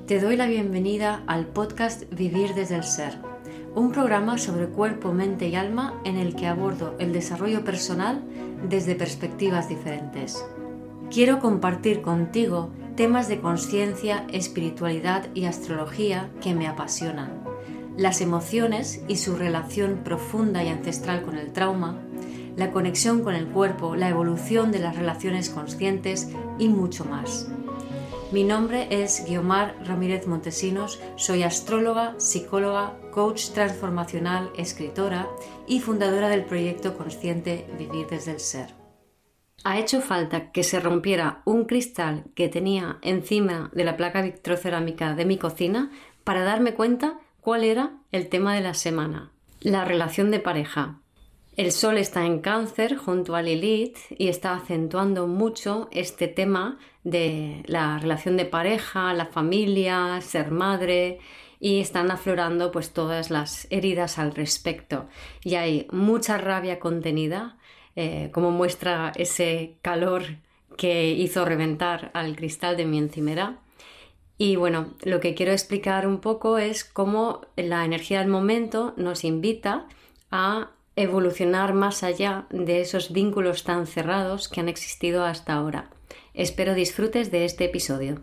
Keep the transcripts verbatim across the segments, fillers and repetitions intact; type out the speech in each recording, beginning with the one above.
Te doy la bienvenida al podcast Vivir desde el Ser, un programa sobre cuerpo, mente y alma en el que abordo el desarrollo personal desde perspectivas diferentes. Quiero compartir contigo temas de conciencia, espiritualidad y astrología que me apasionan, las emociones y su relación profunda y ancestral con el trauma, la conexión con el cuerpo, la evolución de las relaciones conscientes y mucho más. Mi nombre es Guiomar Ramírez Montesinos, soy astróloga, psicóloga, coach transformacional, escritora y fundadora del proyecto consciente Vivir desde el Ser. Ha hecho falta que se rompiera un cristal que tenía encima de la placa vitrocerámica de mi cocina para darme cuenta cuál era el tema de la semana, la relación de pareja. El Sol está en Cáncer junto a Lilith y está acentuando mucho este tema de la relación de pareja, la familia, ser madre, y están aflorando pues todas las heridas al respecto. Y hay mucha rabia contenida, eh, como muestra ese calor que hizo reventar al cristal de mi encimera. Y bueno, lo que quiero explicar un poco es cómo la energía del momento nos invita a evolucionar más allá de esos vínculos tan cerrados que han existido hasta ahora. Espero disfrutes de este episodio.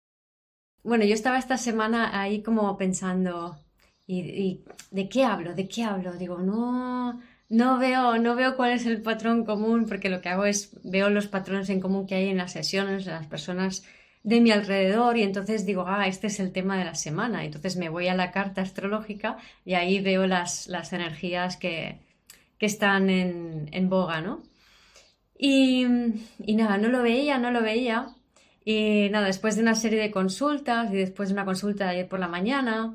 Bueno, yo estaba esta semana ahí como pensando, ¿y, y de qué hablo? ¿De qué hablo? Digo, no, no veo, no veo cuál es el patrón común, porque lo que hago es veo los patrones en común que hay en las sesiones, en las personas de mi alrededor, y entonces digo, ah, este es el tema de la semana. Entonces me voy a la carta astrológica y ahí veo las, las energías que que están en, en boga, ¿no? Y, y nada, no lo veía, no lo veía. Y nada, después de una serie de consultas y después de una consulta de ayer por la mañana,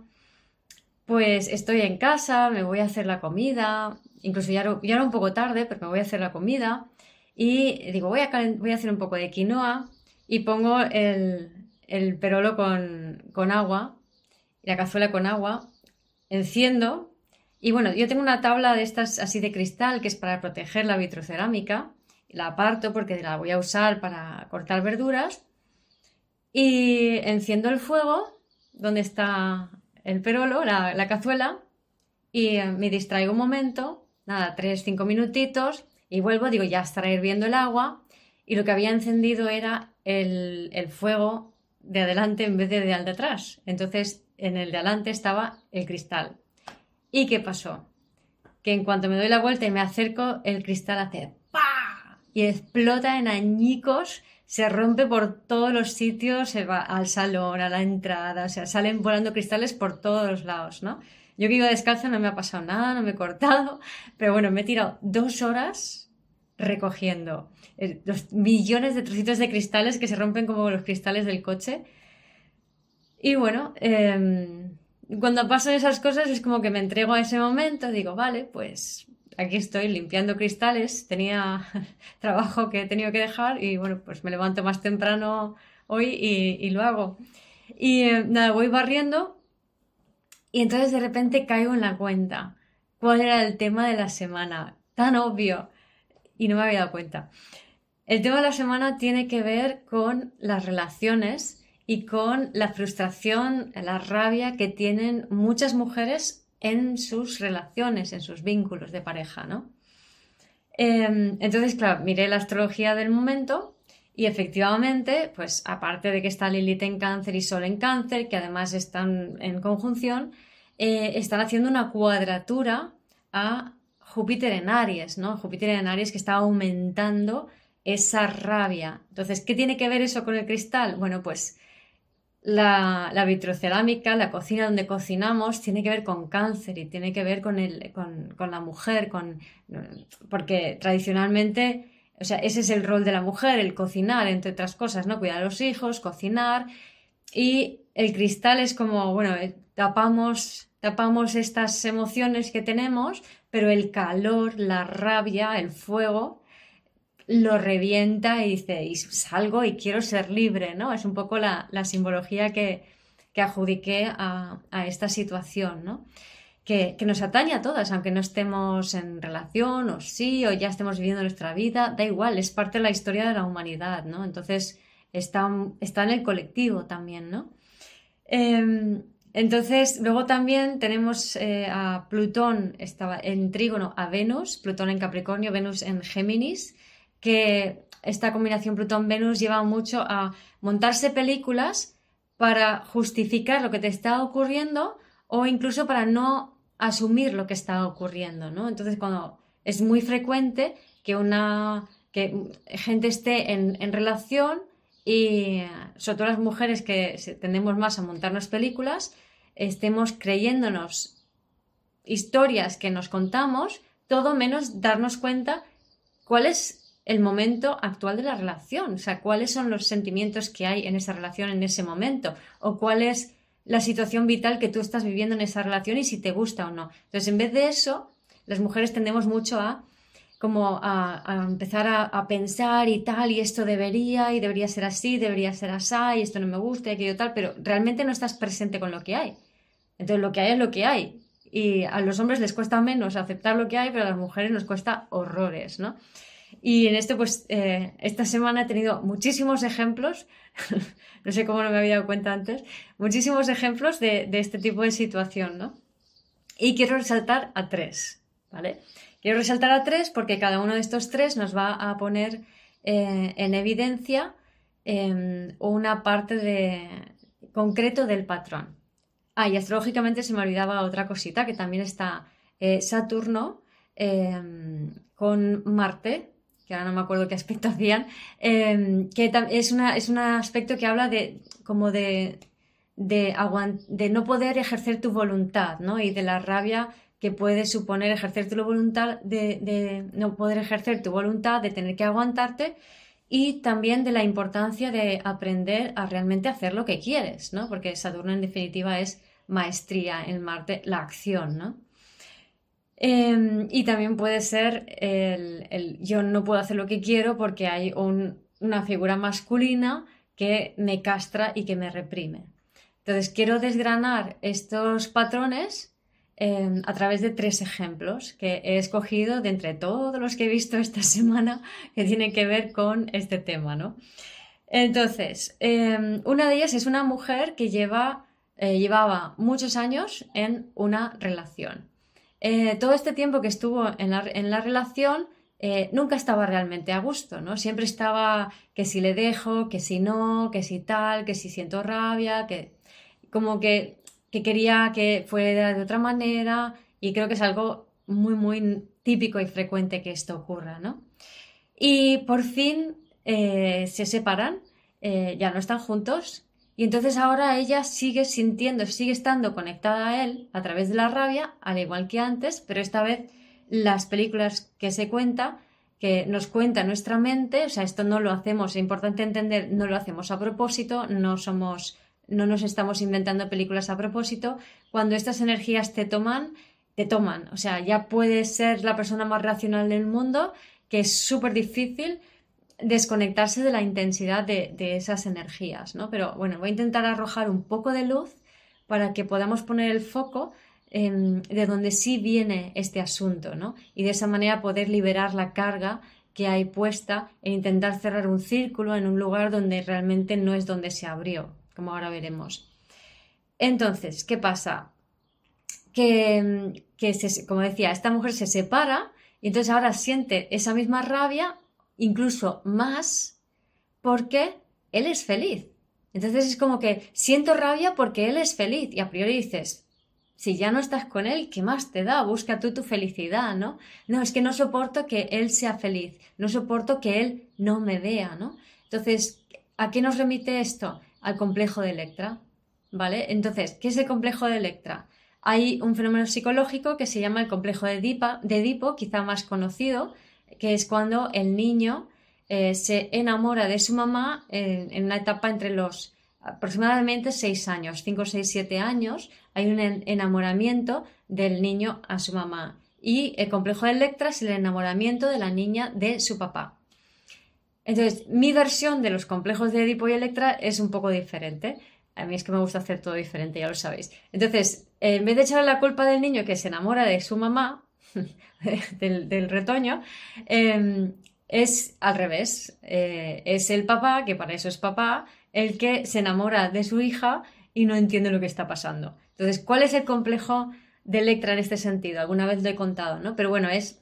pues estoy en casa, me voy a hacer la comida, incluso ya era, ya era un poco tarde, pero me voy a hacer la comida y digo, voy a, calent- voy a hacer un poco de quinoa y pongo el, el perolo con, con agua, la cazuela con agua, enciendo. Y bueno, yo tengo una tabla de estas así de cristal que es para proteger la vitrocerámica. La aparto porque la voy a usar para cortar verduras. Y enciendo el fuego donde está el perolo, la, la cazuela, y eh, me distraigo un momento, nada, tres, cinco minutitos, y vuelvo, digo, ya estará hirviendo el agua. Y lo que había encendido era el, el fuego de adelante en vez de de al de atrás. Entonces, en el de adelante estaba el cristal. ¿Y qué pasó? Que en cuanto me doy la vuelta y me acerco, el cristal hace ¡pah! Y explota en añicos, se rompe por todos los sitios, se va al salón, a la entrada, o sea, salen volando cristales por todos los lados, ¿no? Yo que iba descalza no me ha pasado nada, no me he cortado, pero bueno, me he tirado dos horas recogiendo los millones de trocitos de cristales que se rompen como los cristales del coche. Y bueno, eh... cuando pasan esas cosas es como que me entrego a ese momento, digo, vale, pues aquí estoy limpiando cristales, tenía trabajo que he tenido que dejar y bueno, pues me levanto más temprano hoy y, y lo hago. Y eh, nada, voy barriendo y entonces de repente caigo en la cuenta. ¿Cuál era el tema de la semana? Tan obvio. Y no me había dado cuenta. El tema de la semana tiene que ver con las relaciones y con la frustración, la rabia que tienen muchas mujeres en sus relaciones, en sus vínculos de pareja, ¿no? Eh, entonces, claro, miré la astrología del momento y efectivamente, pues aparte de que está Lilith en Cáncer y Sol en Cáncer, que además están en conjunción, eh, están haciendo una cuadratura a Júpiter en Aries, ¿no? Júpiter en Aries que está aumentando esa rabia. Entonces, ¿qué tiene que ver eso con el cristal? Bueno, pues La, la vitrocerámica, la cocina donde cocinamos, tiene que ver con Cáncer y tiene que ver con, el, con, con la mujer, con, porque tradicionalmente, o sea, ese es el rol de la mujer, el cocinar, entre otras cosas, ¿no? Cuidar a los hijos, cocinar, y el cristal es como, bueno, tapamos, tapamos estas emociones que tenemos, pero el calor, la rabia, el fuego lo revienta y dice, y salgo y quiero ser libre, ¿no? Es un poco la, la simbología que, que adjudiqué a, a esta situación, ¿no? Que, que nos atañe a todas, aunque no estemos en relación o sí, o ya estemos viviendo nuestra vida, da igual, es parte de la historia de la humanidad, ¿no? Entonces está, está en el colectivo también, ¿no? Eh, entonces, luego también tenemos eh, a Plutón, estaba en trígono a Venus, Plutón en Capricornio, Venus en Géminis, que esta combinación Plutón-Venus lleva mucho a montarse películas para justificar lo que te está ocurriendo o incluso para no asumir lo que está ocurriendo, ¿no? Entonces, cuando es muy frecuente que una que gente esté en, en relación y sobre todo las mujeres que tendemos más a montarnos películas, estemos creyéndonos historias que nos contamos, todo menos darnos cuenta cuál es el momento actual de la relación, o sea, cuáles son los sentimientos que hay en esa relación en ese momento, o cuál es la situación vital que tú estás viviendo en esa relación y si te gusta o no. Entonces, en vez de eso, las mujeres tendemos mucho a como a, a empezar a, a pensar y tal, y esto debería, y debería ser así, debería ser así, y esto no me gusta, y aquello tal, pero realmente no estás presente con lo que hay. Entonces lo que hay es lo que hay. Y a los hombres les cuesta menos aceptar lo que hay, pero a las mujeres nos cuesta horrores, ¿no? Y en esto, pues, eh, esta semana he tenido muchísimos ejemplos, no sé cómo no me había dado cuenta antes, muchísimos ejemplos de, de este tipo de situación, ¿no? Y quiero resaltar a tres, ¿vale? Quiero resaltar a tres porque cada uno de estos tres nos va a poner eh, en evidencia eh, una parte de, concreto del patrón. Ah, y astrológicamente se me olvidaba otra cosita, que también está eh, Saturno eh, con Marte, que ahora no me acuerdo qué aspecto hacían, eh, que es, una, es un aspecto que habla de como de, de, aguant- de no poder ejercer tu voluntad, ¿no? Y de la rabia que puede suponer ejercer tu voluntad, de, de no poder ejercer tu voluntad, de tener que aguantarte, y también de la importancia de aprender a realmente hacer lo que quieres, ¿no? Porque Saturno en definitiva es maestría en Marte, la acción, ¿no? Eh, y también puede ser el, el yo no puedo hacer lo que quiero porque hay un, una figura masculina que me castra y que me reprime. Entonces quiero desgranar estos patrones eh, a través de tres ejemplos que he escogido de entre todos los que he visto esta semana que tienen que ver con este tema, ¿no? Entonces, eh, una de ellas es una mujer que lleva, eh, llevaba muchos años en una relación. Eh, todo este tiempo que estuvo en la, en la relación eh, nunca estaba realmente a gusto, ¿no? Siempre estaba que si le dejo, que si no, que si tal, que si siento rabia, que como que, que quería que fuera de otra manera, y creo que es algo muy, muy típico y frecuente que esto ocurra, ¿no? Y por fin eh, se separan, eh, ya no están juntos, y entonces ahora ella sigue sintiendo, sigue estando conectada a él a través de la rabia, al igual que antes, pero esta vez las películas que se cuenta, que nos cuenta nuestra mente, o sea, esto no lo hacemos, es importante entender, no lo hacemos a propósito, no somos, no nos estamos inventando películas a propósito. Cuando estas energías te toman, te toman, o sea, ya puedes ser la persona más racional del mundo, que es súper difícil desconectarse de la intensidad de, de esas energías, ¿no? Pero bueno, voy a intentar arrojar un poco de luz para que podamos poner el foco en, de donde sí viene este asunto, ¿no? Y de esa manera poder liberar la carga que hay puesta en intentar cerrar un círculo en un lugar donde realmente no es donde se abrió, como ahora veremos. Entonces, ¿qué pasa? Que, que se, como decía, esta mujer se separa y entonces ahora siente esa misma rabia, incluso más, porque él es feliz. Entonces es como que siento rabia porque él es feliz, y a priori dices, si ya no estás con él, ¿qué más te da? Busca tú tu felicidad, ¿no? No, es que no soporto que él sea feliz, no soporto que él no me vea, ¿no? Entonces, ¿a qué nos remite esto? Al complejo de Electra, ¿vale? Entonces, ¿qué es el complejo de Electra? Hay un fenómeno psicológico que se llama el complejo de Edipo, de Edipo, quizá más conocido, que es cuando el niño eh, se enamora de su mamá en, en una etapa entre los aproximadamente seis años, cinco, seis, siete años, hay un enamoramiento del niño a su mamá. Y el complejo de Electra es el enamoramiento de la niña de su papá. Entonces, mi versión de los complejos de Edipo y Electra es un poco diferente. A mí es que me gusta hacer todo diferente, ya lo sabéis. Entonces, en vez de echarle la culpa del niño que se enamora de su mamá, del, del retoño, eh, es al revés. Eh, es el papá, que para eso es papá, el que se enamora de su hija y no entiendo lo que está pasando. Entonces, ¿cuál es el complejo de Electra en este sentido? Alguna vez lo he contado, ¿no? Pero bueno, es,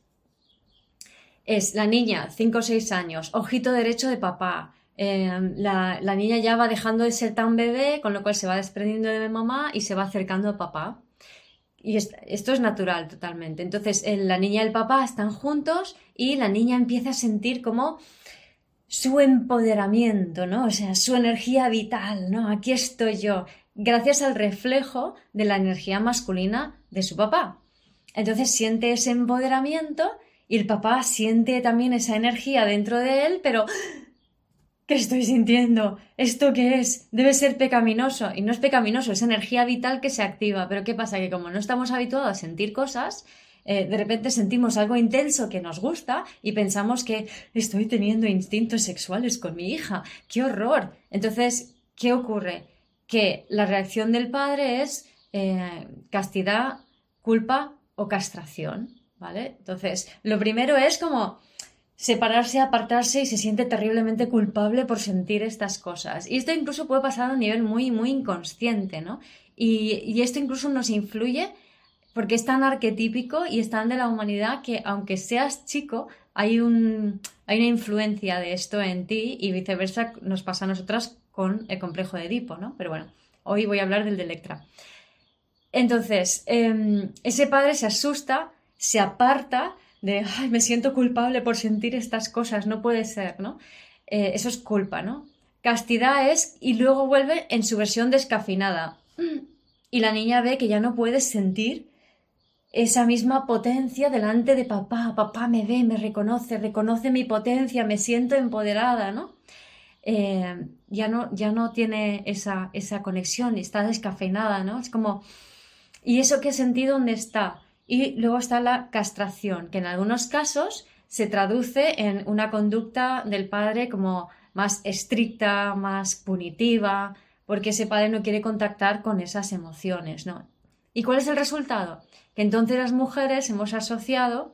es la niña, cinco o seis años, ojito derecho de papá. Eh, la, la niña ya va dejando de ser tan bebé, con lo cual se va desprendiendo de mamá y se va acercando a papá. Y es, esto es natural totalmente. Entonces, eh, la niña y el papá están juntos y la niña empieza a sentir como su empoderamiento, ¿no? O sea, su energía vital, ¿no? Aquí estoy yo, gracias al reflejo de la energía masculina de su papá. Entonces siente ese empoderamiento y el papá siente también esa energía dentro de él, pero ¿qué estoy sintiendo? ¿Esto qué es? Debe ser pecaminoso. Y no es pecaminoso, es energía vital que se activa. Pero ¿qué pasa? Que como no estamos habituados a sentir cosas, eh, de repente sentimos algo intenso que nos gusta y pensamos que estoy teniendo instintos sexuales con mi hija. ¡Qué horror! Entonces, ¿qué ocurre? Que la reacción del padre es eh, castidad, culpa o castración, ¿vale? Entonces, lo primero es como separarse, apartarse y se siente terriblemente culpable por sentir estas cosas. Y esto incluso puede pasar a un nivel muy, muy inconsciente, ¿no? Y, y esto incluso nos influye porque es tan arquetípico y es tan de la humanidad que aunque seas chico, hay, un, hay una influencia de esto en ti y viceversa nos pasa a nosotras con el complejo de Edipo, ¿no? Pero bueno, hoy voy a hablar del de Electra. Entonces, eh, ese padre se asusta, se aparta de, ay, me siento culpable por sentir estas cosas, no puede ser, ¿no? Eh, eso es culpa, ¿no? Castidad es, y luego vuelve en su versión descafeinada. Y la niña ve que ya no puede sentir esa misma potencia delante de papá. Papá me ve, me reconoce, reconoce mi potencia, me siento empoderada, ¿no? Eh, ya no, ya no tiene esa, esa conexión, está descafeinada, ¿no? Es como, ¿y eso qué sentido dónde está? Y luego está la castración, que en algunos casos se traduce en una conducta del padre como más estricta, más punitiva, porque ese padre no quiere contactar con esas emociones, ¿no? ¿Y cuál es el resultado? Que entonces las mujeres hemos asociado,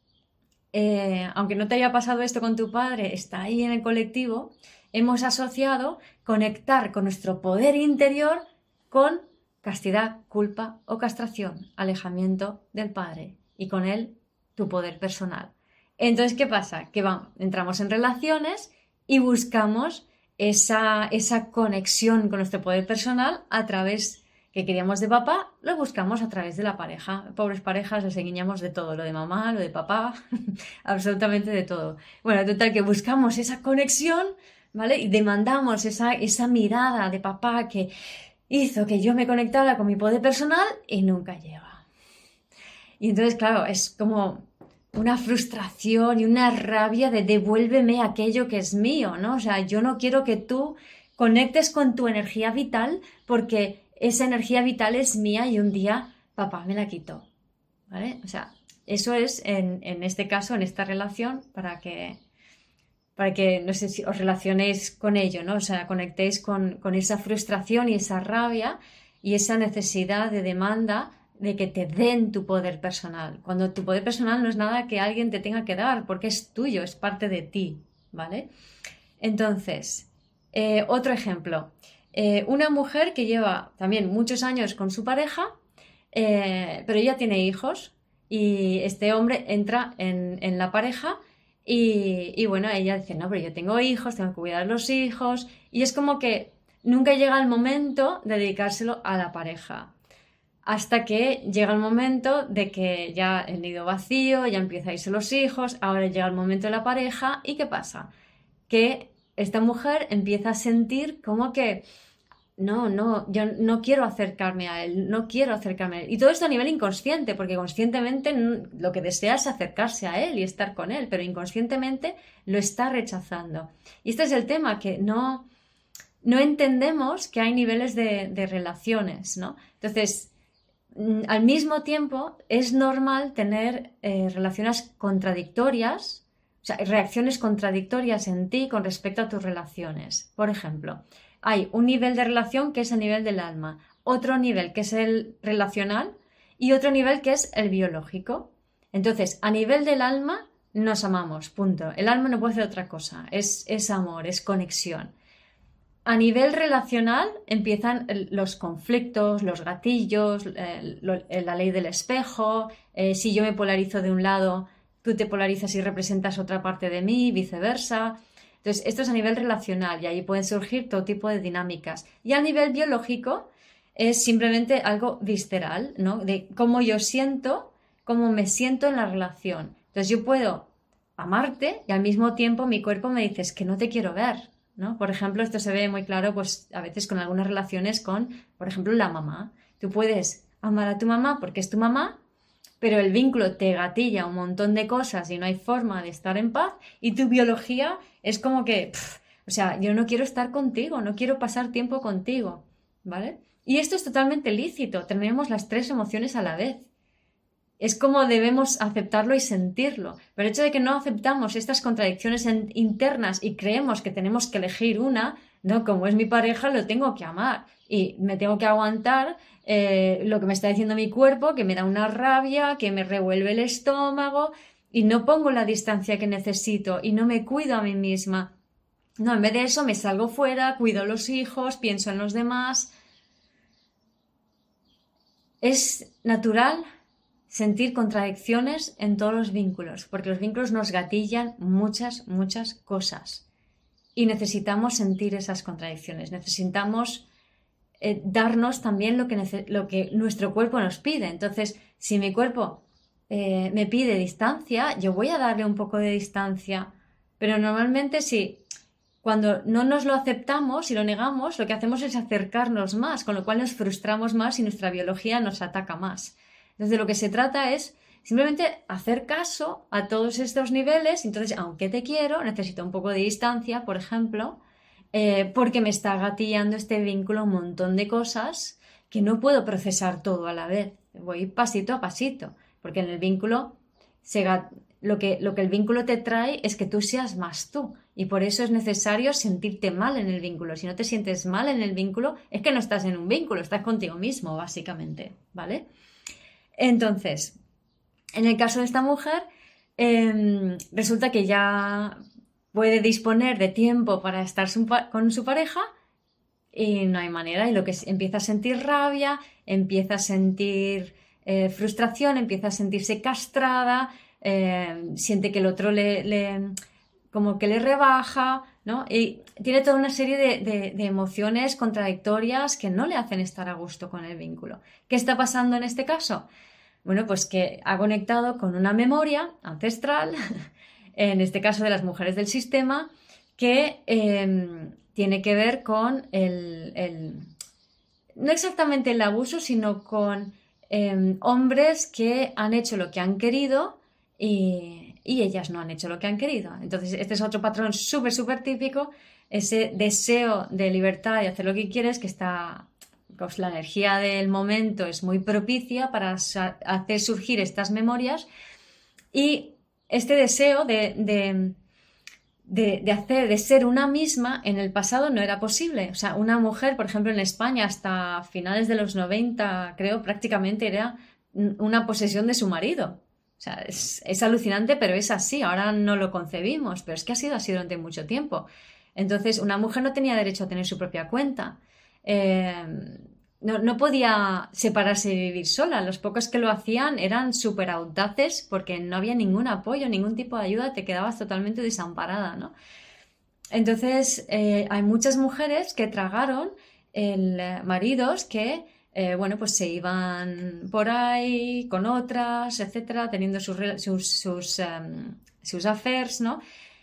eh, aunque no te haya pasado esto con tu padre, está ahí en el colectivo, hemos asociado conectar con nuestro poder interior con castidad, culpa o castración, alejamiento del padre y con él tu poder personal. Entonces, ¿qué pasa? Que vamos, entramos en relaciones y buscamos esa, esa conexión con nuestro poder personal a través que queríamos de papá, lo buscamos a través de la pareja. Pobres parejas, les engañamos de todo, lo de mamá, lo de papá, absolutamente de todo. Bueno, total, que buscamos esa conexión, ¿vale? Y demandamos esa, esa mirada de papá que hizo que yo me conectara con mi poder personal y nunca llega. Y entonces, claro, es como una frustración y una rabia de devuélveme aquello que es mío, ¿no? O sea, yo no quiero que tú conectes con tu energía vital porque esa energía vital es mía y un día papá me la quitó, ¿vale? O sea, eso es en, en este caso, en esta relación, para que para que, no sé si os relacionéis con ello, ¿no? O sea, conectéis con, con esa frustración y esa rabia y esa necesidad de demanda de que te den tu poder personal. Cuando tu poder personal no es nada que alguien te tenga que dar, porque es tuyo, es parte de ti, ¿vale? Entonces, eh, otro ejemplo. Eh, una mujer que lleva también muchos años con su pareja, eh, pero ella tiene hijos y este hombre entra en, en la pareja y, y bueno, ella dice, no, pero yo tengo hijos, tengo que cuidar a los hijos y es como que nunca llega el momento de dedicárselo a la pareja. Hasta que llega el momento de que ya el nido vacío, ya empieza a irse los hijos, ahora llega el momento de la pareja y ¿qué pasa? Que esta mujer empieza a sentir como que no, no, yo no quiero acercarme a él, no quiero acercarme a él. Y todo esto a nivel inconsciente, porque conscientemente lo que desea es acercarse a él y estar con él, pero inconscientemente lo está rechazando. Y este es el tema, que no, no entendemos que hay niveles de, de relaciones, ¿no? Entonces, al mismo tiempo, es normal tener eh, relaciones contradictorias, o sea, reacciones contradictorias en ti con respecto a tus relaciones. Por ejemplo, hay un nivel de relación que es el nivel del alma, otro nivel que es el relacional y otro nivel que es el biológico. Entonces, a nivel del alma nos amamos, punto. El alma no puede hacer otra cosa, es, es amor, es conexión. a nivel relacional empiezan los conflictos, los gatillos, eh, lo, eh, la ley del espejo. Eh, si yo me polarizo de un lado, tú te polarizas y representas otra parte de mí, viceversa. Entonces, esto es a nivel relacional y ahí pueden surgir todo tipo de dinámicas. Y a nivel biológico es simplemente algo visceral, ¿no? De cómo yo siento, cómo me siento en la relación. Entonces, yo puedo amarte y al mismo tiempo mi cuerpo me dice, es que no te quiero ver, ¿no? Por ejemplo, esto se ve muy claro pues a veces con algunas relaciones con, por ejemplo, la mamá. Tú puedes amar a tu mamá porque es tu mamá, pero el vínculo te gatilla un montón de cosas y no hay forma de estar en paz y tu biología es como que, pff, o sea, yo no quiero estar contigo, no quiero pasar tiempo contigo, ¿vale? Y esto es totalmente lícito, tenemos las tres emociones a la vez. Es como debemos aceptarlo y sentirlo. Pero el hecho de que no aceptamos estas contradicciones en, internas y creemos que tenemos que elegir una, no, como es mi pareja, lo tengo que amar y me tengo que aguantar eh, lo que me está diciendo mi cuerpo, que me da una rabia, que me revuelve el estómago y no pongo la distancia que necesito y no me cuido a mí misma. No, en vez de eso me salgo fuera, cuido a los hijos, pienso en los demás. Es natural sentir contradicciones en todos los vínculos, porque los vínculos nos gatillan muchas, muchas cosas y necesitamos sentir esas contradicciones, necesitamos eh, darnos también lo que, nece- lo que nuestro cuerpo nos pide. Entonces, si mi cuerpo eh, me pide distancia, yo voy a darle un poco de distancia, pero normalmente si cuando no nos lo aceptamos y lo negamos, lo que hacemos es acercarnos más, con lo cual nos frustramos más y nuestra biología nos ataca más. Entonces, de lo que se trata es simplemente hacer caso a todos estos niveles. Entonces, aunque te quiero, necesito un poco de distancia, por ejemplo, eh, porque me está gatillando este vínculo un montón de cosas que no puedo procesar todo a la vez. Voy pasito a pasito, porque en el vínculo se gat- lo que, lo que el vínculo te trae es que tú seas más tú. Y por eso es necesario sentirte mal en el vínculo. Si no te sientes mal en el vínculo, es que no estás en un vínculo, estás contigo mismo, básicamente, ¿vale? Entonces, en el caso de esta mujer, eh, resulta que ya puede disponer de tiempo para estar su pa- con su pareja y no hay manera. Y lo que es- empieza a sentir rabia, empieza a sentir eh, frustración, empieza a sentirse castrada, eh, siente que el otro le, le- como que le rebaja, ¿no? Y tiene toda una serie de, de- de emociones contradictorias que no le hacen estar a gusto con el vínculo. ¿Qué está pasando en este caso? Bueno, pues que ha conectado con una memoria ancestral, en este caso de las mujeres del sistema, que eh, tiene que ver con el, el- no exactamente el abuso, sino con eh, hombres que han hecho lo que han querido y, y ellas no han hecho lo que han querido. Entonces, este es otro patrón súper, súper típico, ese deseo de libertad y hacer lo que quieres, que está pues la energía del momento es muy propicia para sa- hacer surgir estas memorias y este deseo de, de, de, de hacer, de ser una misma en el pasado no era posible. O sea, una mujer, por ejemplo, en España hasta finales de los noventa, creo, prácticamente era una posesión de su marido. O sea, es, es alucinante, pero es así. Ahora no lo concebimos, pero es que ha sido así durante mucho tiempo. Entonces, una mujer no tenía derecho a tener su propia cuenta. Eh, no, no podía separarse y vivir sola. Los pocos que lo hacían eran súper audaces porque no había ningún apoyo, ningún tipo de ayuda, te quedabas totalmente desamparada, ¿no? Entonces, eh, hay muchas mujeres que tragaron el, eh, maridos que, eh, bueno, pues se iban por ahí con otras, etcétera, teniendo sus, rela- sus, sus, em, sus affairs, ¿no?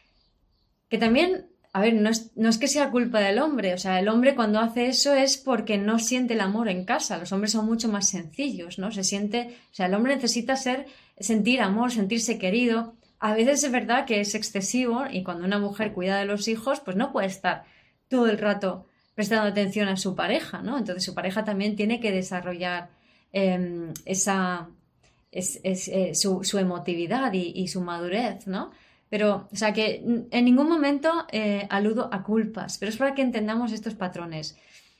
Que también, a ver, no es, no es que sea culpa del hombre, o sea, el hombre cuando hace eso es porque no siente el amor en casa, los hombres son mucho más sencillos, ¿no? Se siente, o sea, el hombre necesita ser, sentir amor, sentirse querido. A veces es verdad que es excesivo y cuando una mujer cuida de los hijos, pues no puede estar todo el rato prestando atención a su pareja, ¿no? Entonces su pareja también tiene que desarrollar eh, esa, es, es, eh, su, su emotividad y, y su madurez, ¿no? Pero, o sea, que en ningún momento eh, aludo a culpas, pero es para que entendamos estos patrones.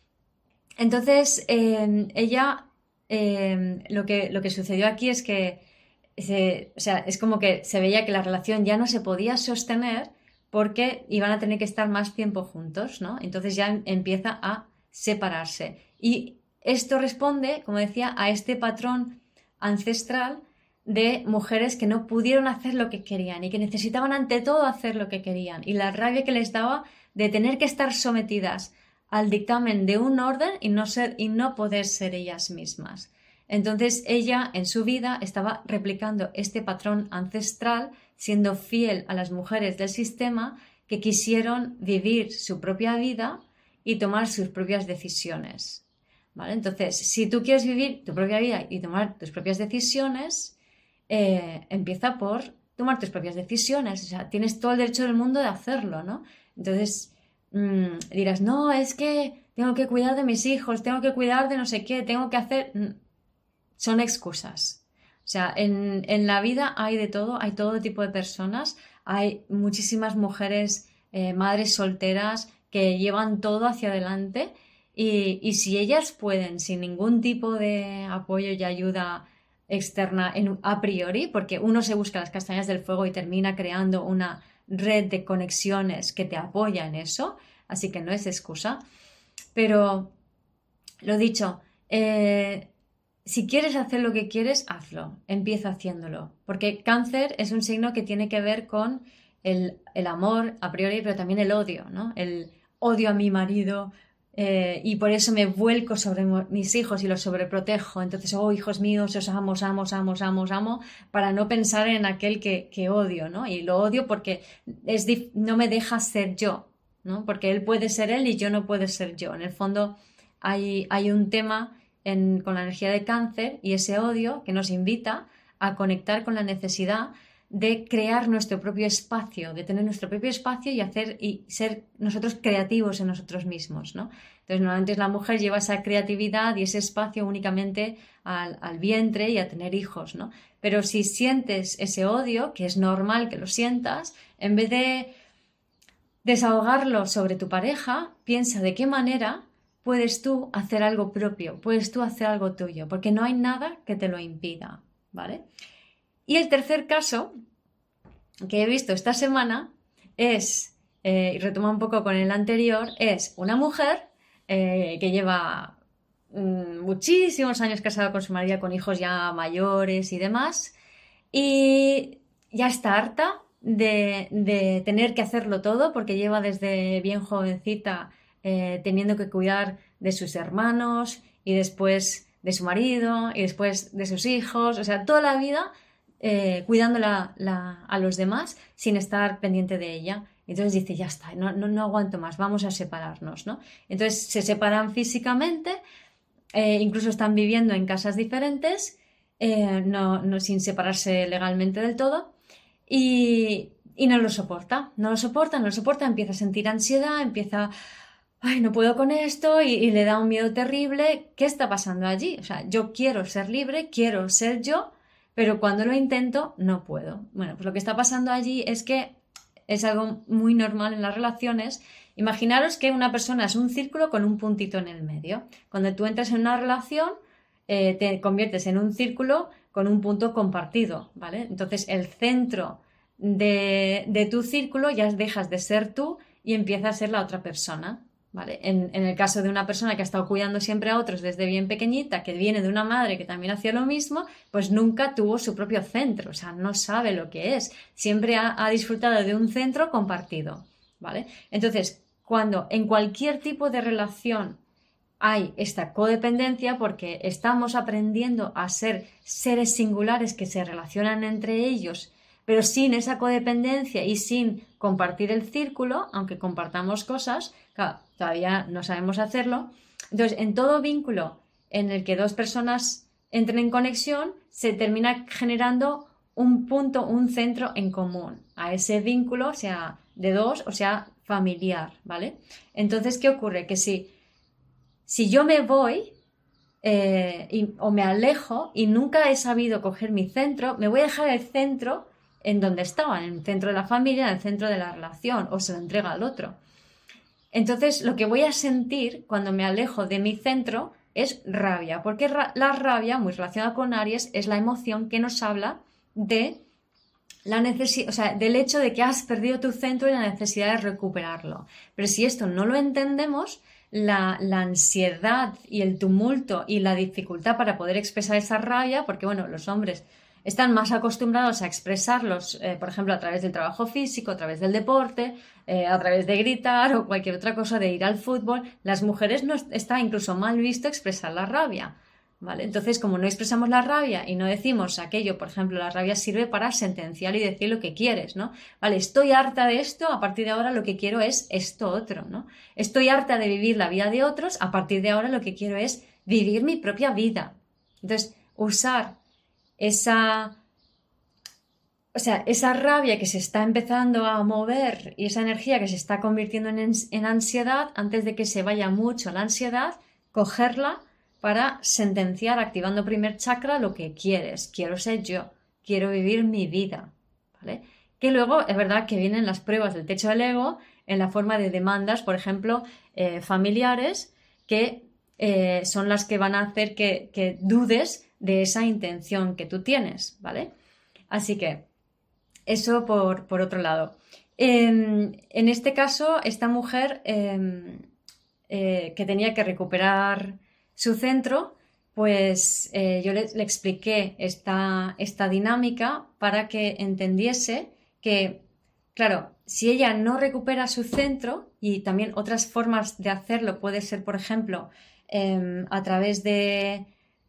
Entonces, eh, ella, eh, lo que, lo que sucedió aquí es que, se- o sea, es como que se veía que la relación ya no se podía sostener porque iban a tener que estar más tiempo juntos, ¿no? Entonces ya empieza a separarse. Y esto responde, como decía, a este patrón ancestral de mujeres que no pudieron hacer lo que querían y que necesitaban ante todo hacer lo que querían. Y la rabia que les daba de tener que estar sometidas al dictamen de un orden y no ser, y no poder ser ellas mismas. Entonces ella en su vida estaba replicando este patrón ancestral, siendo fiel a las mujeres del sistema que quisieron vivir su propia vida y tomar sus propias decisiones. ¿Vale? Entonces, si tú quieres vivir tu propia vida y tomar tus propias decisiones, eh, empieza por tomar tus propias decisiones. O sea, tienes todo el derecho del mundo de hacerlo, ¿no? Entonces, mmm, dirás, no, es que tengo que cuidar de mis hijos, tengo que cuidar de no sé qué, tengo que hacer... Son excusas. O sea, en, en la vida hay de todo, hay todo tipo de personas, hay muchísimas mujeres, eh, madres solteras que llevan todo hacia adelante y, y si ellas pueden, sin ningún tipo de apoyo y ayuda externa en, a priori, porque uno se busca las castañas del fuego y termina creando una red de conexiones que te apoya en eso, así que no es excusa. Pero, lo dicho, eh, si quieres hacer lo que quieres, hazlo, empieza haciéndolo, porque Cáncer es un signo que tiene que ver con el, el amor a priori, pero también el odio, ¿no? El odio a mi marido eh, y por eso me vuelco sobre mis hijos y los sobreprotejo. Entonces, oh, hijos míos, os amo, os amo, os amo, os amo, os amo, para no pensar en aquel que, que odio, ¿no? Y lo odio porque es dif- no me deja ser yo, ¿no? Porque él puede ser él y yo no puedo ser yo. En el fondo hay, hay un tema En, con la energía de Cáncer y ese odio que nos invita a conectar con la necesidad de crear nuestro propio espacio, de tener nuestro propio espacio y hacer y ser nosotros creativos en nosotros mismos, ¿no? Entonces normalmente la mujer lleva esa creatividad y ese espacio únicamente al, al vientre y a tener hijos, ¿no? Pero si sientes ese odio, que es normal que lo sientas, en vez de desahogarlo sobre tu pareja, piensa de qué manera puedes tú hacer algo propio, puedes tú hacer algo tuyo, porque no hay nada que te lo impida, ¿vale? Y el tercer caso que he visto esta semana es, eh, y retoma un poco con el anterior, es una mujer eh, que lleva mmm, muchísimos años casada con su marido, con hijos ya mayores y demás, y ya está harta de, de tener que hacerlo todo, porque lleva desde bien jovencita Eh, teniendo que cuidar de sus hermanos y después de su marido y después de sus hijos, o sea, toda la vida eh, cuidando la, la, a los demás sin estar pendiente de ella. Entonces dice, ya está, no, no, no aguanto más, vamos a separarnos, ¿no? Entonces se separan físicamente, eh, incluso están viviendo en casas diferentes, eh, no, no, sin separarse legalmente del todo, y, y no lo soporta, no lo soporta, no lo soporta, empieza a sentir ansiedad, empieza... ay, no puedo con esto y, y le da un miedo terrible. ¿Qué está pasando allí? O sea, yo quiero ser libre, quiero ser yo, pero cuando lo intento no puedo. Bueno, pues lo que está pasando allí es que es algo muy normal en las relaciones. Imaginaros que una persona es un círculo con un puntito en el medio. Cuando tú entras en una relación, eh, te conviertes en un círculo con un punto compartido, ¿vale? Entonces el centro de, de tu círculo ya dejas de ser tú y empieza a ser la otra persona. ¿Vale? En, en el caso de una persona que ha estado cuidando siempre a otros desde bien pequeñita, que viene de una madre que también hacía lo mismo, pues nunca tuvo su propio centro, o sea, no sabe lo que es. Siempre ha, ha disfrutado de un centro compartido, ¿vale? Entonces, cuando en cualquier tipo de relación hay esta codependencia, porque estamos aprendiendo a ser seres singulares que se relacionan entre ellos, pero sin esa codependencia y sin compartir el círculo, aunque compartamos cosas, claro, todavía no sabemos hacerlo. Entonces, en todo vínculo en el que dos personas entren en conexión, se termina generando un punto, un centro en común a ese vínculo, sea de dos o sea familiar, ¿vale? Entonces, ¿qué ocurre? Que si, si yo me voy eh, y, o me alejo y nunca he sabido coger mi centro, me voy a dejar el centro en donde estaba, en el centro de la familia, en el centro de la relación, o se lo entrega al otro. Entonces, lo que voy a sentir cuando me alejo de mi centro es rabia, porque ra- la rabia, muy relacionada con Aries, es la emoción que nos habla de la necesi- o sea, del hecho de que has perdido tu centro y la necesidad de recuperarlo. Pero si esto no lo entendemos, la, la ansiedad y el tumulto y la dificultad para poder expresar esa rabia, porque bueno, los hombres están más acostumbrados a expresarlos, eh, por ejemplo, a través del trabajo físico, a través del deporte, eh, a través de gritar o cualquier otra cosa, de ir al fútbol. Las mujeres no está incluso mal visto expresar la rabia, ¿vale? Entonces, como no expresamos la rabia y no decimos aquello, por ejemplo, la rabia sirve para sentenciar y decir lo que quieres, ¿no? Vale, estoy harta de esto, a partir de ahora lo que quiero es esto otro, ¿no? Estoy harta de vivir la vida de otros, a partir de ahora lo que quiero es vivir mi propia vida. Entonces, usar esa, o sea, esa rabia que se está empezando a mover y esa energía que se está convirtiendo en, en ansiedad, antes de que se vaya mucho la ansiedad, cogerla para sentenciar, activando primer chakra, lo que quieres. Quiero ser yo, quiero vivir mi vida, ¿vale? Que luego es verdad que vienen las pruebas del techo del ego en la forma de demandas, por ejemplo, eh, familiares, que eh, son las que van a hacer que, que dudes de esa intención que tú tienes, ¿vale? Así que eso por, por otro lado. En, en este caso, esta mujer eh, eh, que tenía que recuperar su centro, pues eh, yo le, le expliqué esta, esta dinámica para que entendiese que, claro, si ella no recupera su centro, y también otras formas de hacerlo puede ser, por ejemplo, eh, a través de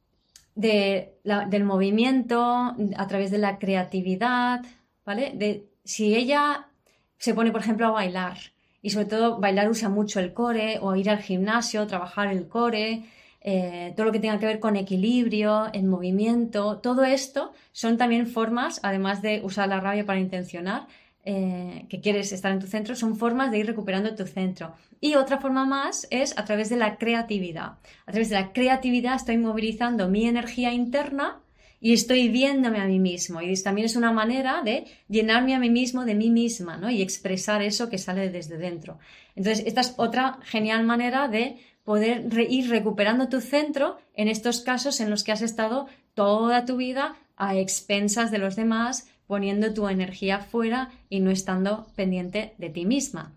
De la, del movimiento, a través de la creatividad, ¿vale? De, si ella se pone, por ejemplo, a bailar, y sobre todo bailar usa mucho el core, o ir al gimnasio, trabajar el core, eh, todo lo que tenga que ver con equilibrio, el movimiento, todo esto son también formas, además de usar la rabia para intencionar, eh, que quieres estar en tu centro, son formas de ir recuperando tu centro. Y otra forma más es a través de la creatividad. A través de la creatividad estoy movilizando mi energía interna y estoy viéndome a mí mismo. Y también es una manera de llenarme a mí mismo de mí misma, ¿no? Y expresar eso que sale desde dentro. Entonces, esta es otra genial manera de poder re- ir recuperando tu centro en estos casos en los que has estado toda tu vida a expensas de los demás, poniendo tu energía fuera y no estando pendiente de ti misma.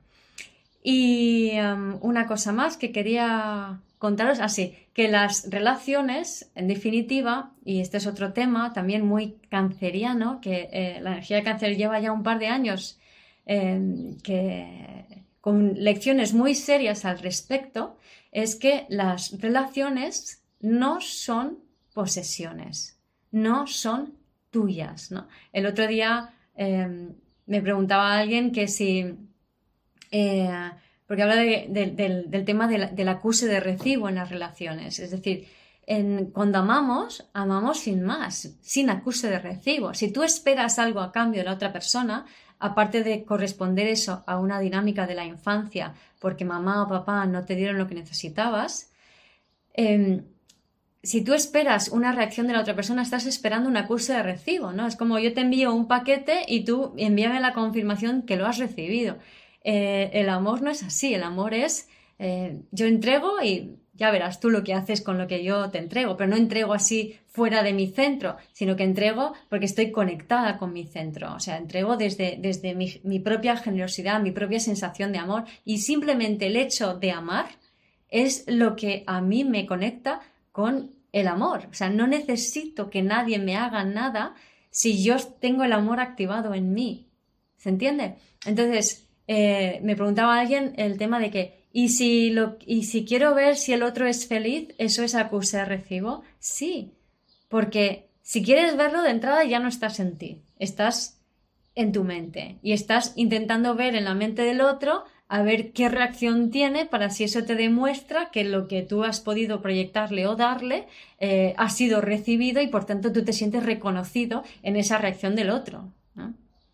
Y um, una cosa más que quería contaros, así, que las relaciones, en definitiva, y este es otro tema también muy canceriano, que eh, la energía de cáncer lleva ya un par de años eh, que, con lecciones muy serias al respecto, es que las relaciones no son posesiones, no son tuyas, ¿no? El otro día eh, me preguntaba a alguien que si... Eh, porque habla de, de, del, del tema del, del acuse de recibo en las relaciones. Es decir, en, cuando amamos, amamos sin más, sin acuse de recibo. Si tú esperas algo a cambio de la otra persona, aparte de corresponder eso a una dinámica de la infancia, porque mamá o papá no te dieron lo que necesitabas, eh, si tú esperas una reacción de la otra persona, estás esperando un acuse de recibo, ¿no? Es como yo te envío un paquete y tú envíame la confirmación que lo has recibido. Eh, el amor no es así, el amor es eh, yo entrego y ya verás tú lo que haces con lo que yo te entrego, pero no entrego así fuera de mi centro, sino que entrego porque estoy conectada con mi centro, o sea, entrego desde, desde mi, mi propia generosidad, mi propia sensación de amor, y simplemente el hecho de amar es lo que a mí me conecta con el amor. O sea, no necesito que nadie me haga nada si yo tengo el amor activado en mí, ¿se entiende? Entonces Eh, me preguntaba alguien el tema de que ¿y si, lo, y si quiero ver si el otro es feliz, ¿eso es acuse de recibo? Sí, porque si quieres verlo de entrada ya no estás en ti, estás en tu mente y estás intentando ver en la mente del otro a ver qué reacción tiene, para si eso te demuestra que lo que tú has podido proyectarle o darle eh, ha sido recibido y por tanto tú te sientes reconocido en esa reacción del otro, ¿no?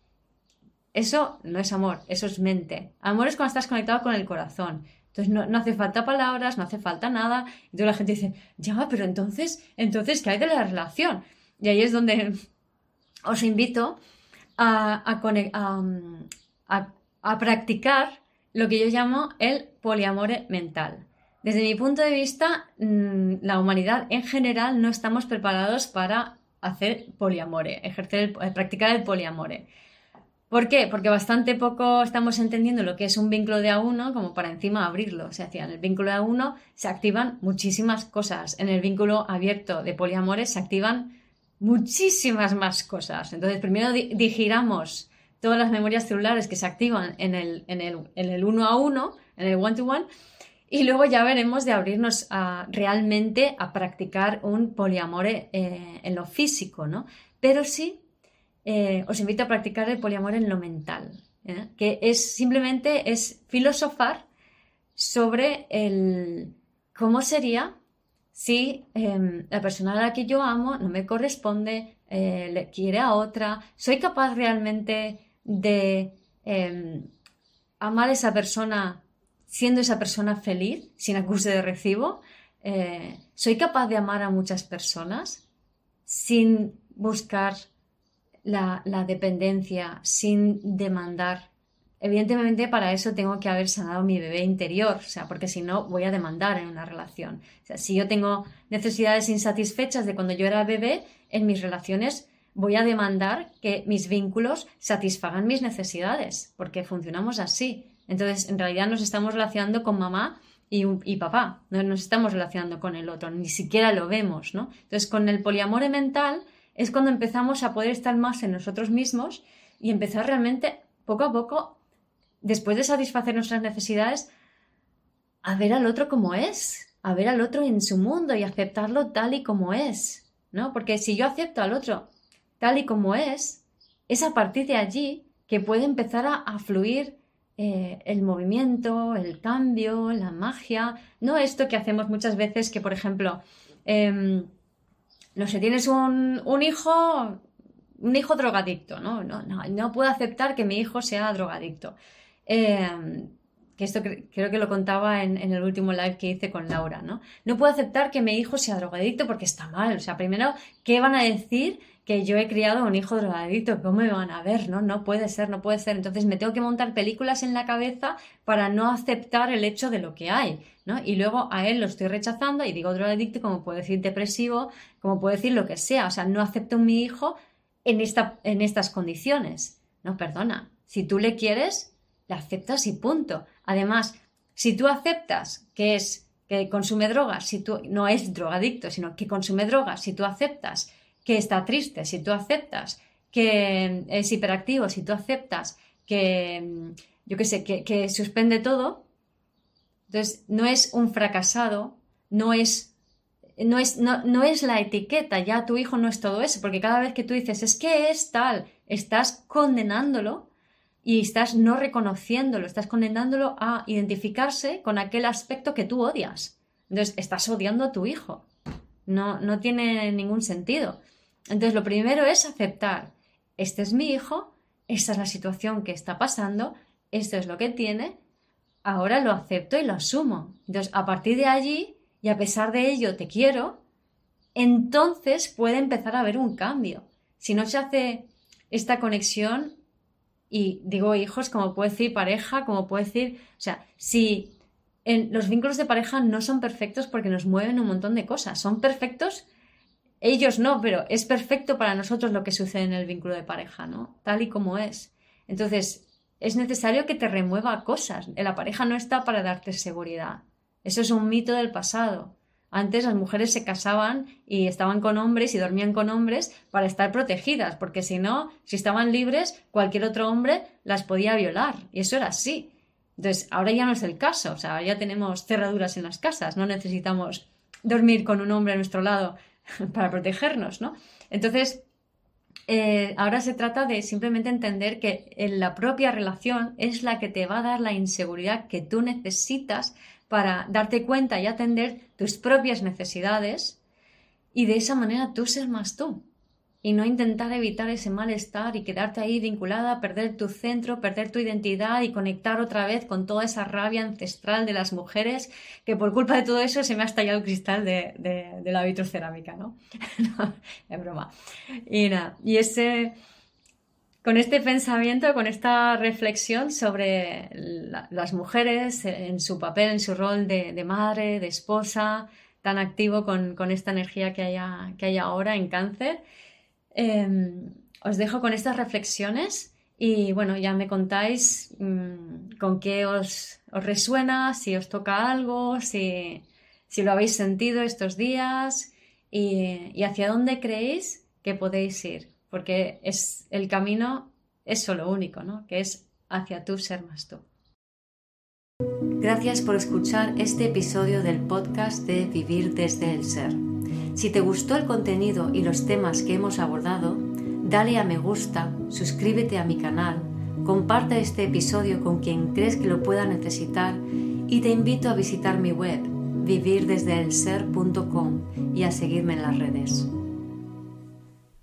Eso no es amor, eso es mente. Amor es cuando estás conectado con el corazón. Entonces no, no hace falta palabras, no hace falta nada. Y toda la gente dice, ya, pero entonces, entonces, ¿qué hay de la relación? Y ahí es donde os invito a, a, a, a, a practicar lo que yo llamo el poliamore mental. Desde mi punto de vista, la humanidad en general no estamos preparados para hacer poliamore, ejercer, el, practicar el poliamore. ¿Por qué? Porque bastante poco estamos entendiendo lo que es un vínculo de a uno como para encima abrirlo. O sea, en el vínculo de a uno se activan muchísimas cosas. En el vínculo abierto de poliamore se activan muchísimas más cosas. Entonces, primero di- digiramos todas las memorias celulares que se activan en el, en el, en el uno a uno, en el one to one, y luego ya veremos de abrirnos a, realmente a practicar un poliamore eh, en lo físico, ¿no? Pero sí, eh, os invito a practicar el poliamore en lo mental, ¿eh? Que es simplemente es filosofar sobre el cómo sería si eh, la persona a la que yo amo no me corresponde, eh, le quiere a otra, soy capaz realmente de eh, amar a esa persona siendo esa persona feliz, sin acuse de recibo. Eh, soy capaz de amar a muchas personas sin buscar la, la dependencia, sin demandar. Evidentemente para eso tengo que haber sanado mi bebé interior, o sea, porque si no voy a demandar en una relación. O sea, si yo tengo necesidades insatisfechas de cuando yo era bebé, en mis relaciones voy a demandar que mis vínculos satisfagan mis necesidades, porque funcionamos así. Entonces, en realidad nos estamos relacionando con mamá y, y papá, no nos estamos relacionando con el otro, ni siquiera lo vemos, ¿no? Entonces, con el poliamore mental es cuando empezamos a poder estar más en nosotros mismos y empezar realmente, poco a poco, después de satisfacer nuestras necesidades, a ver al otro como es, a ver al otro en su mundo y aceptarlo tal y como es, ¿no? Porque si yo acepto al otro tal y como es, es a partir de allí que puede empezar a, a fluir eh, el movimiento, el cambio, la magia, no esto que hacemos muchas veces que, por ejemplo, eh, no sé, tienes un, un hijo, un hijo drogadicto, ¿no? No, no, no puedo aceptar que mi hijo sea drogadicto. Eh, que esto cre- creo que lo contaba en, en el último live que hice con Laura, ¿no? No puedo aceptar que mi hijo sea drogadicto porque está mal. O sea, primero, ¿qué van a decir que yo he criado a un hijo drogadicto? ¿Cómo me van a ver? No, no puede ser, no puede ser. Entonces me tengo que montar películas en la cabeza para no aceptar el hecho de lo que hay, ¿no? Y luego a él lo estoy rechazando y digo drogadicto, como puedo decir depresivo, como puedo decir lo que sea. O sea, no acepto a mi hijo en, esta, en estas condiciones. No, perdona. Si tú le quieres, le aceptas y punto. Además, si tú aceptas que es que consume drogas, si tú no es drogadicto, sino que consume drogas, si tú aceptas que está triste, si tú aceptas que es hiperactivo, si tú aceptas que, yo qué sé, que, que suspende todo, entonces no es un fracasado, no es, no es, no, no es la etiqueta, ya tu hijo no es todo eso, porque cada vez que tú dices es que es tal, estás condenándolo y estás no reconociéndolo, estás condenándolo a identificarse con aquel aspecto que tú odias. Entonces, estás odiando a tu hijo. No, no tiene ningún sentido. Entonces, lo primero es aceptar. Este es mi hijo, esta es la situación que está pasando, esto es lo que tiene, ahora lo acepto y lo asumo. Entonces, a partir de allí, y a pesar de ello te quiero, entonces puede empezar a haber un cambio. Si no se hace esta conexión, y digo hijos, como puedo decir pareja, como puedo decir, o sea, si en, los vínculos de pareja no son perfectos porque nos mueven un montón de cosas, son perfectos, ellos no, pero es perfecto para nosotros lo que sucede en el vínculo de pareja, ¿no? Tal y como es. Entonces, es necesario que te remueva cosas. La pareja no está para darte seguridad. Eso es un mito del pasado. Antes las mujeres se casaban y estaban con hombres y dormían con hombres para estar protegidas, porque si no, si estaban libres, cualquier otro hombre las podía violar. Y eso era así. Entonces, ahora ya no es el caso. O sea, ahora ya tenemos cerraduras en las casas. No necesitamos dormir con un hombre a nuestro lado para protegernos, ¿no? Entonces, eh, ahora se trata de simplemente entender que en la propia relación es la que te va a dar la inseguridad que tú necesitas para darte cuenta y atender tus propias necesidades y de esa manera tú ser más tú y no intentar evitar ese malestar y quedarte ahí vinculada, perder tu centro, perder tu identidad y conectar otra vez con toda esa rabia ancestral de las mujeres que por culpa de todo eso se me ha estallado el cristal de, de, de la vitrocerámica, ¿no? No, es broma. Y nada, y ese... Con este pensamiento, con esta reflexión sobre la, las mujeres en su papel, en su rol de, de madre, de esposa, tan activo con, con esta energía que hay, que hay ahora en Cáncer, Eh, os dejo con estas reflexiones y bueno, ya me contáis mmm, con qué os, os resuena, si os toca algo, si, si lo habéis sentido estos días y, y hacia dónde creéis que podéis ir, porque es, el camino es solo único, ¿no? Que es hacia tú ser más tú. Gracias por escuchar este episodio del podcast de Vivir desde el Ser. Si te gustó el contenido y los temas que hemos abordado, dale a me gusta, suscríbete a mi canal, comparte este episodio con quien crees que lo pueda necesitar y te invito a visitar mi web vivir desde el ser punto com y a seguirme en las redes.